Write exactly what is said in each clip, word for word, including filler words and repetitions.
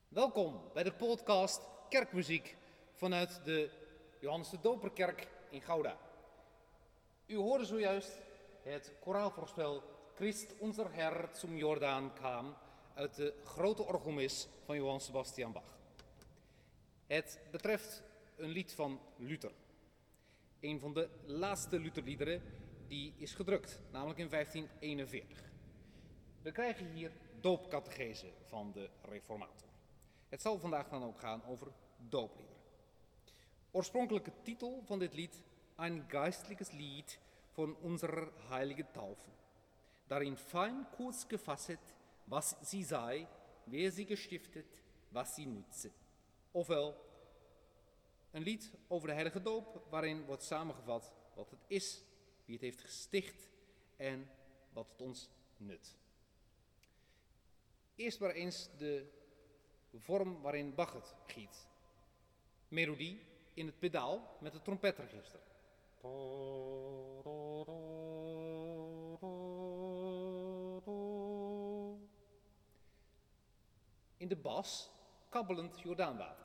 Welkom bij de podcast Kerkmuziek vanuit de Johannes de Doperkerk in Gouda. U hoorde zojuist het koraalvoorspel Christ unser Herr zum Jordaan kam uit de grote orgelmis van Johann Sebastian Bach. Het betreft een lied van Luther. Een van de laatste Lutherliederen die is gedrukt, namelijk in vijftien eenenveertig. We krijgen hier doopcatechese van de reformator. Het zal vandaag dan ook gaan over doopliederen. Oorspronkelijke titel van dit lied, Ein geistliches Lied von unserer heilige Taufe. Daarin fein kurz gefasst, was sie sei, wer sie gestiftet, was sie nütze. Ofwel, een lied over de heilige doop, waarin wordt samengevat wat het is, wie het heeft gesticht en wat het ons nut. Eerst maar eens de vorm waarin Bach het giet. Melodie in het pedaal met het trompetregister. In de bas kabbelend Jordaanwater.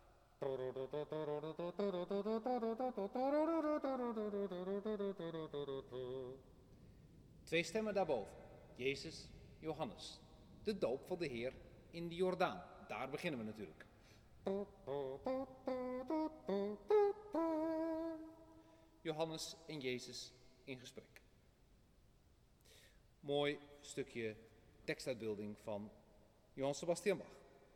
Twee stemmen daarboven. Jezus, Johannes. De doop van de Heer in de Jordaan. Daar beginnen we natuurlijk. Johannes en Jezus in gesprek. Mooi stukje tekstuitbeelding van Johann Sebastian Bach.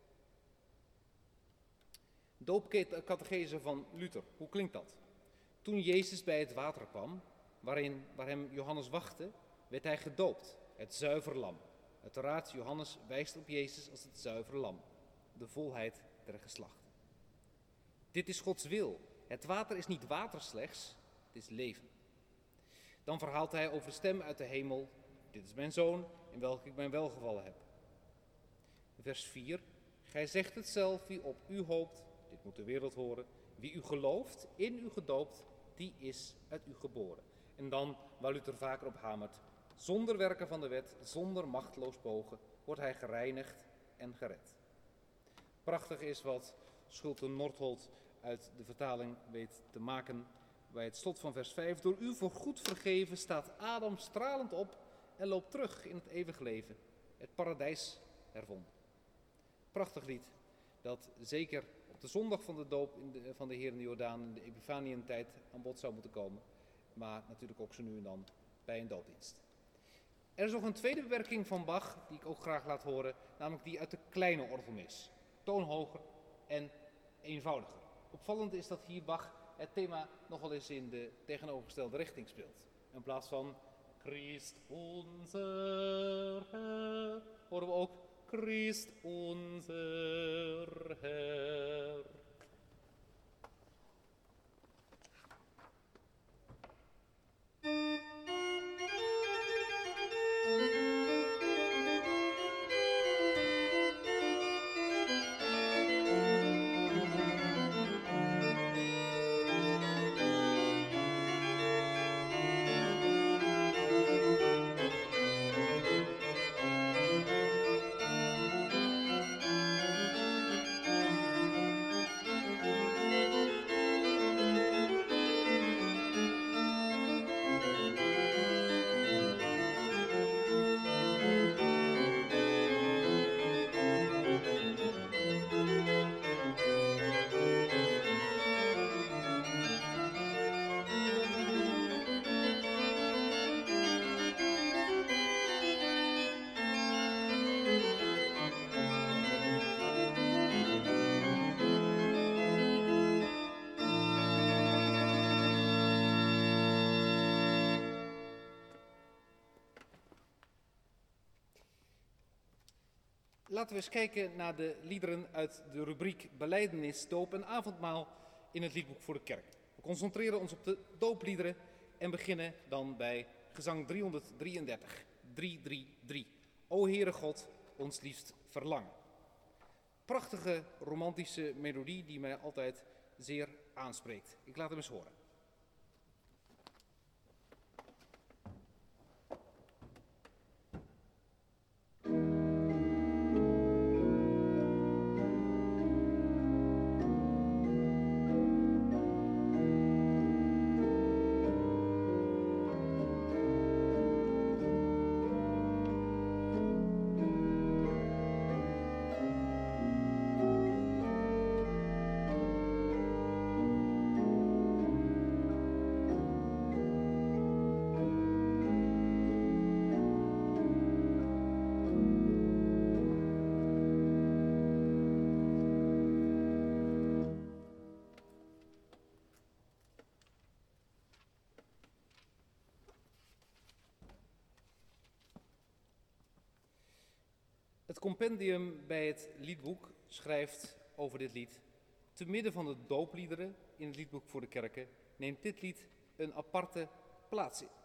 Doopcatechese van Luther, hoe klinkt dat? Toen Jezus bij het water kwam, waarin, waar hem Johannes wachtte, werd hij gedoopt, het zuiver lam. Uiteraard, Johannes wijst op Jezus als het zuivere lam, de volheid der geslachten. Dit is Gods wil. Het water is niet water slechts, het is leven. Dan verhaalt hij over de stem uit de hemel. Dit is mijn zoon, in welke ik mijn welgevallen heb. Vers vier. Gij zegt het zelf, wie op u hoopt, dit moet de wereld horen. Wie u gelooft, in u gedoopt, die is uit u geboren. En dan, waar Luther vaker op hamert, zonder werken van de wet, zonder machteloos pogen, wordt hij gereinigd en gered. Prachtig is wat Schulte-Nordholt uit de vertaling weet te maken bij het slot van vers vijf. Door u voor goed vergeven staat Adam stralend op en loopt terug in het eeuwig leven, het paradijs hervonden. Prachtig lied dat zeker op de zondag van de doop in de, van de Heer in de Jordaan in de Epifaniëntijd aan bod zou moeten komen, maar natuurlijk ook zo nu en dan bij een doopdienst. Er is nog een tweede bewerking van Bach die ik ook graag laat horen, namelijk die uit de kleine orgelmis. Toonhoger en eenvoudiger. Opvallend is dat hier Bach het thema nog wel eens in de tegenovergestelde richting speelt. In plaats van Christ unser Herr, horen we ook Christ unser Herr. Laten we eens kijken naar de liederen uit de rubriek Belijdenis, Doop en Avondmaal in het liedboek voor de kerk. We concentreren ons op de doopliederen en beginnen dan bij gezang driehonderddrieëndertig, driehonderddrieëndertig. O Heere God, ons liefst verlangen. Prachtige romantische melodie die mij altijd zeer aanspreekt. Ik laat hem eens horen. Het compendium bij het liedboek schrijft over dit lied: te midden van de doopliederen in het liedboek voor de kerken neemt dit lied een aparte plaats in.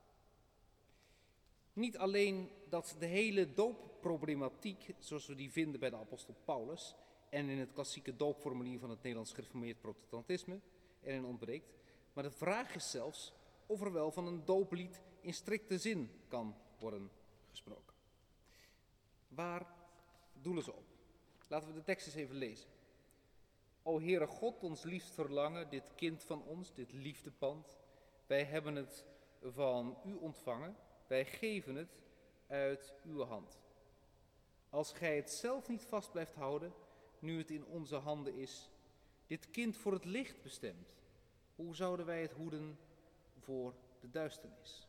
Niet alleen dat de hele doopproblematiek, zoals we die vinden bij de apostel Paulus en in het klassieke doopformulier van het Nederlands gereformeerd protestantisme, erin ontbreekt, maar de vraag is zelfs of er wel van een dooplied in strikte zin kan worden gesproken. Waar doelen ze op? Laten we de tekst eens even lezen. O Heere God, ons liefst verlangen, dit kind van ons, dit liefdepand, wij hebben het van u ontvangen, wij geven het uit uw hand. Als gij het zelf niet vast blijft houden, nu het in onze handen is, dit kind voor het licht bestemd, hoe zouden wij het hoeden voor de duisternis?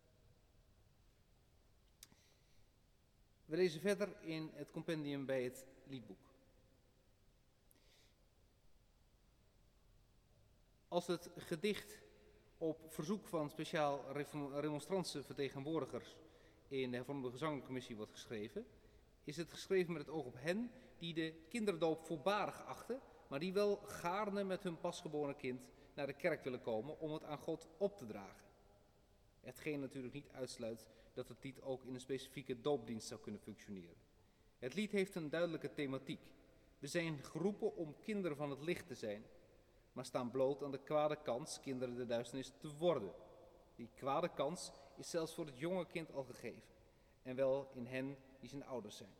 We lezen verder in het compendium bij het liedboek. Als het gedicht op verzoek van speciaal remonstrantse vertegenwoordigers in de hervormde gezangcommissie wordt geschreven, is het geschreven met het oog op hen die de kinderdoop voorbarig achten, maar die wel gaarne met hun pasgeboren kind naar de kerk willen komen om het aan God op te dragen. Hetgeen natuurlijk niet uitsluit dat het lied ook in een specifieke doopdienst zou kunnen functioneren. Het lied heeft een duidelijke thematiek. We zijn geroepen om kinderen van het licht te zijn, maar staan bloot aan de kwade kans kinderen de duisternis te worden. Die kwade kans is zelfs voor het jonge kind al gegeven, en wel in hen die zijn ouders zijn.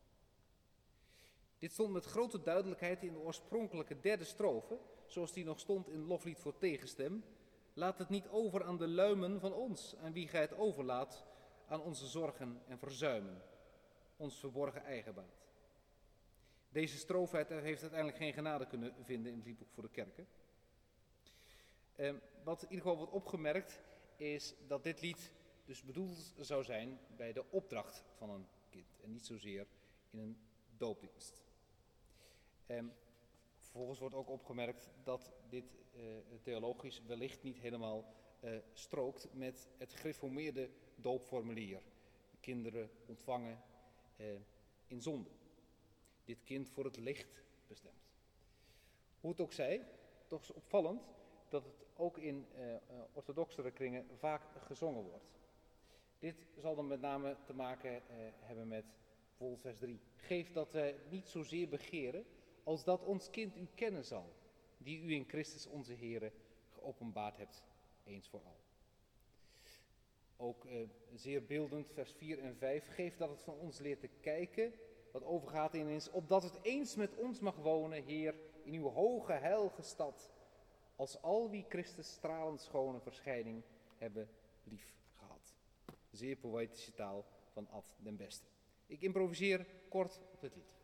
Dit stond met grote duidelijkheid in de oorspronkelijke derde strofe, zoals die nog stond in Loflied voor tegenstem. Laat het niet over aan de luimen van ons, aan wie gij het overlaat, aan onze zorgen en verzuimen, ons verborgen eigenbaat. Deze strofe heeft uiteindelijk geen genade kunnen vinden in het liedboek voor de kerken. Eh, wat in ieder geval wordt opgemerkt is dat dit lied dus bedoeld zou zijn bij de opdracht van een kind en niet zozeer in een doopdienst. Eh, vervolgens wordt ook opgemerkt dat dit eh, theologisch wellicht niet helemaal eh, strookt met het gereformeerde doopformulier. Kinderen ontvangen eh, in zonde. Dit kind voor het licht bestemd. Hoe het ook zij, toch is opvallend dat het ook in uh, uh, orthodoxere kringen vaak gezongen wordt. Dit zal dan met name te maken uh, hebben met bijvoorbeeld vers drie. Geef dat wij niet zozeer begeren, als dat ons kind u kennen zal, die u in Christus onze Here geopenbaard hebt, eens voor al. Ook uh, zeer beeldend, vers vier en vijf. Geef dat het van ons leert te kijken, wat overgaat in eens, opdat het eens met ons mag wonen, Heer, in uw hoge heilige stad, als al wie Christus stralend schone verschijning hebben lief gehad. Zeer poëtische taal van Ad den Beste. Ik improviseer kort op dit lied.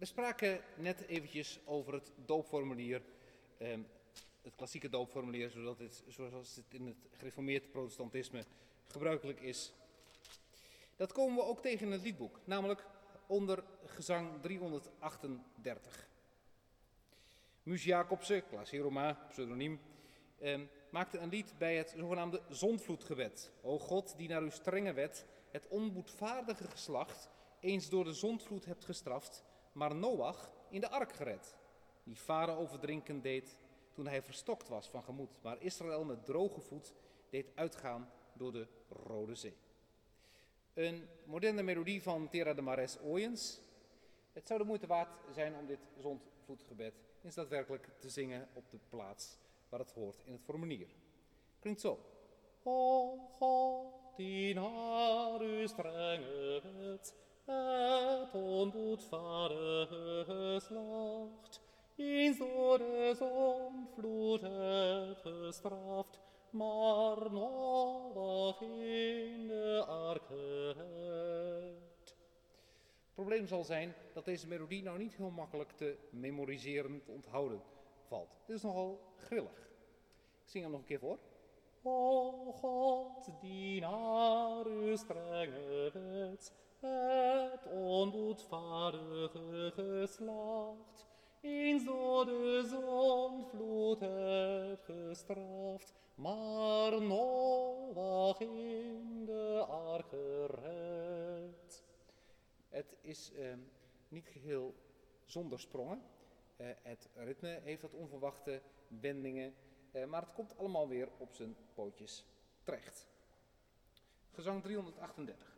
spraken net eventjes over het doopformulier, eh, het klassieke doopformulier, zodat het, zoals het in het gereformeerd protestantisme gebruikelijk is. Dat komen we ook tegen in het liedboek, namelijk onder gezang driehonderdachtendertig. Muus Jacobsen, Klaas Heroma, pseudoniem, eh, maakte een lied bij het zogenaamde zondvloedgebed. O God, die naar uw strenge wet het onboetvaardige geslacht eens door de zondvloed hebt gestraft, maar Noach in de ark gered, die Farao verdrinken deed toen hij verstokt was van gemoed, maar Israël met droge voet deed uitgaan door de Rode Zee. Een moderne melodie van Tera de Mares Oyens. Het zou de moeite waard zijn om dit zondvloedgebed eens daadwerkelijk te zingen op de plaats waar het hoort in het formulier. Klinkt zo. O God, die naar uw strenge wet het onboetvaardige geslacht eens door de zondvloed hebt gestraft, maar Noach in de ark gered. Het probleem zal zijn dat deze melodie nou niet heel makkelijk te memoriseren, te onthouden valt. Dit is nogal grillig. Ik zing hem nog een keer voor. O God, die naar uw strenge wet het onboetvaardige geslacht eens door de zondvloed hebt gestraft, maar Noach in de ark gered. Het is eh, niet geheel zonder sprongen. Uh, het ritme heeft wat onverwachte wendingen, uh, maar het komt allemaal weer op zijn pootjes terecht. Gezang driehonderdachtendertig.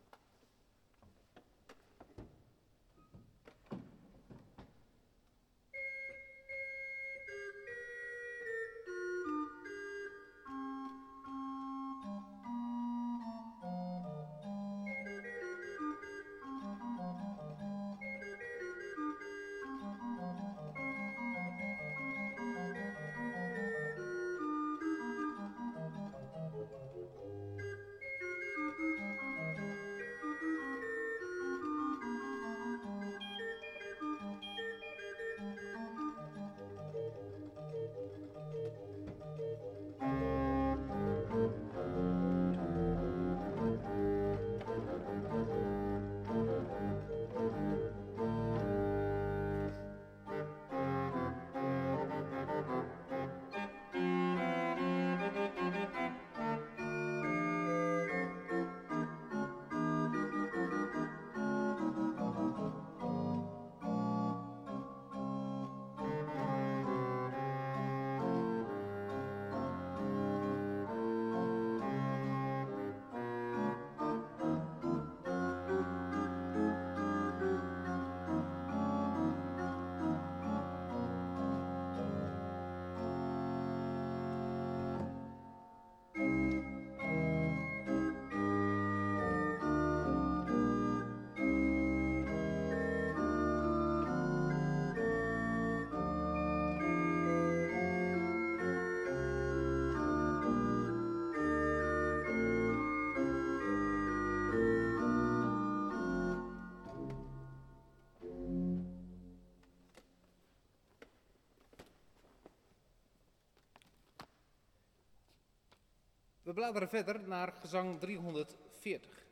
We bladeren verder naar gezang driehonderdveertig.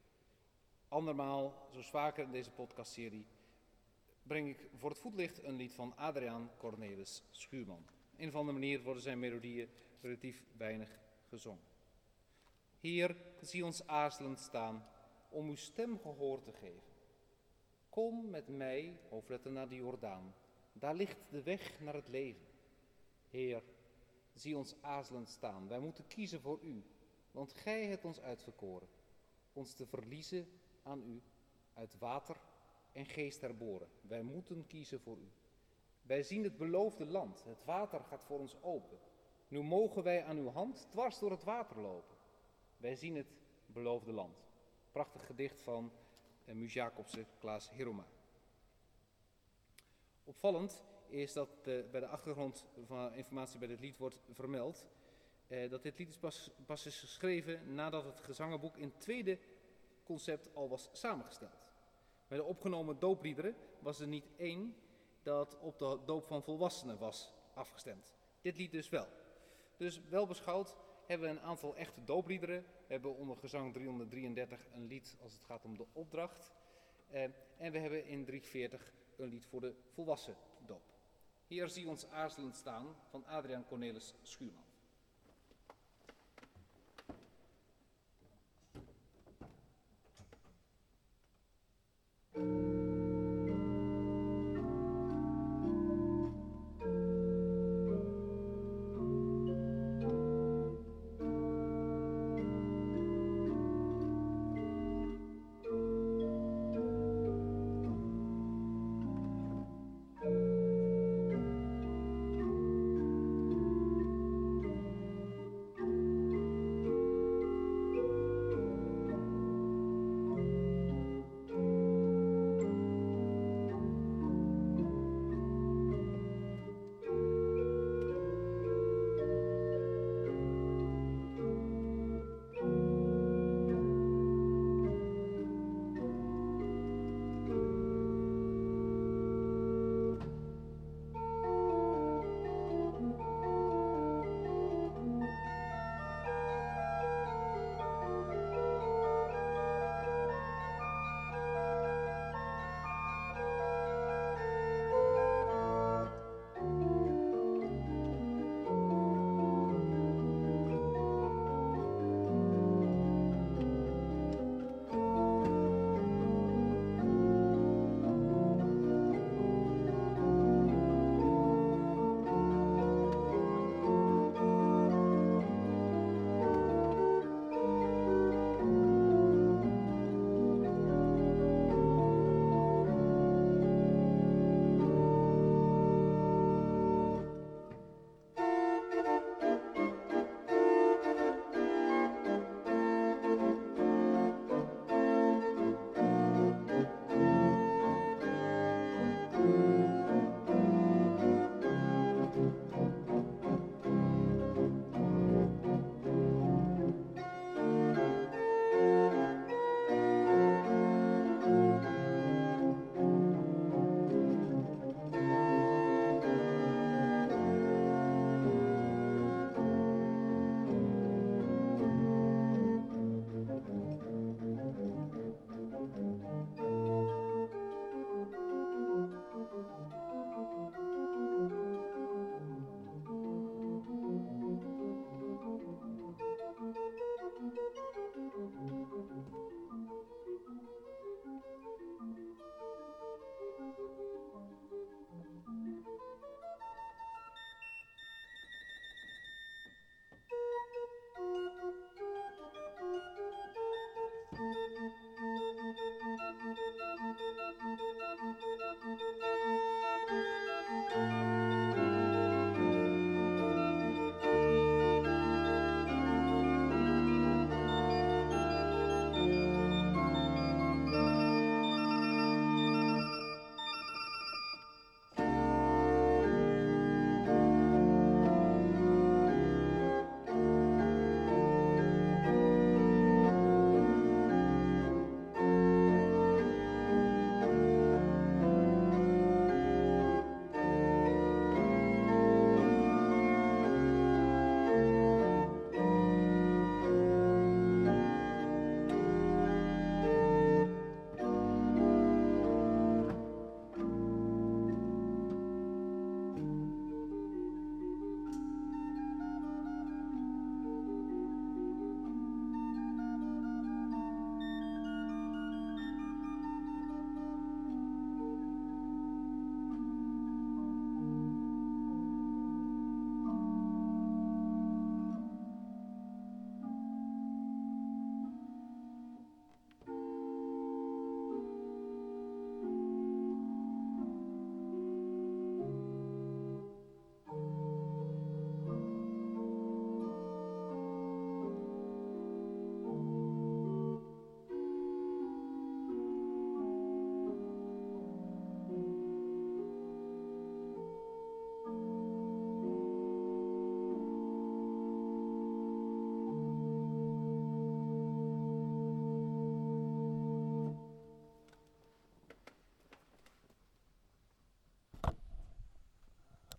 Andermaal, zoals vaker in deze podcastserie, breng ik voor het voetlicht een lied van Adriaan Cornelis Schuurman. Op een of andere manier worden zijn melodieën relatief weinig gezongen. Heer, zie ons aarzelend staan om uw stem gehoor te geven. Kom met mij, hoofdletter naar de Jordaan, daar ligt de weg naar het leven. Heer, zie ons aarzelend staan, wij moeten kiezen voor u, want gij hebt ons uitverkoren, ons te verliezen aan u, uit water en geest herboren. Wij moeten kiezen voor u. Wij zien het beloofde land, het water gaat voor ons open. Nu mogen wij aan uw hand dwars door het water lopen. Wij zien het beloofde land. Prachtig gedicht van eh, Muus Jacobsen, Klaas Heroma. Opvallend is dat de, bij de achtergrond van informatie bij dit lied wordt vermeld eh, dat dit lied is pas, pas is geschreven nadat het gezangenboek in het tweede concept al was samengesteld. Bij de opgenomen doopliederen was er niet één dat op de doop van volwassenen was afgestemd. Dit lied dus wel. Dus wel beschouwd hebben we een aantal echte doopliederen. We hebben onder gezang driehonderddrieëndertig een lied als het gaat om de opdracht. Eh, en we hebben in driehonderdveertig een lied voor de volwassen doop. Hier zie je ons aarzelend staan van Adriaan Cornelis Schuurman.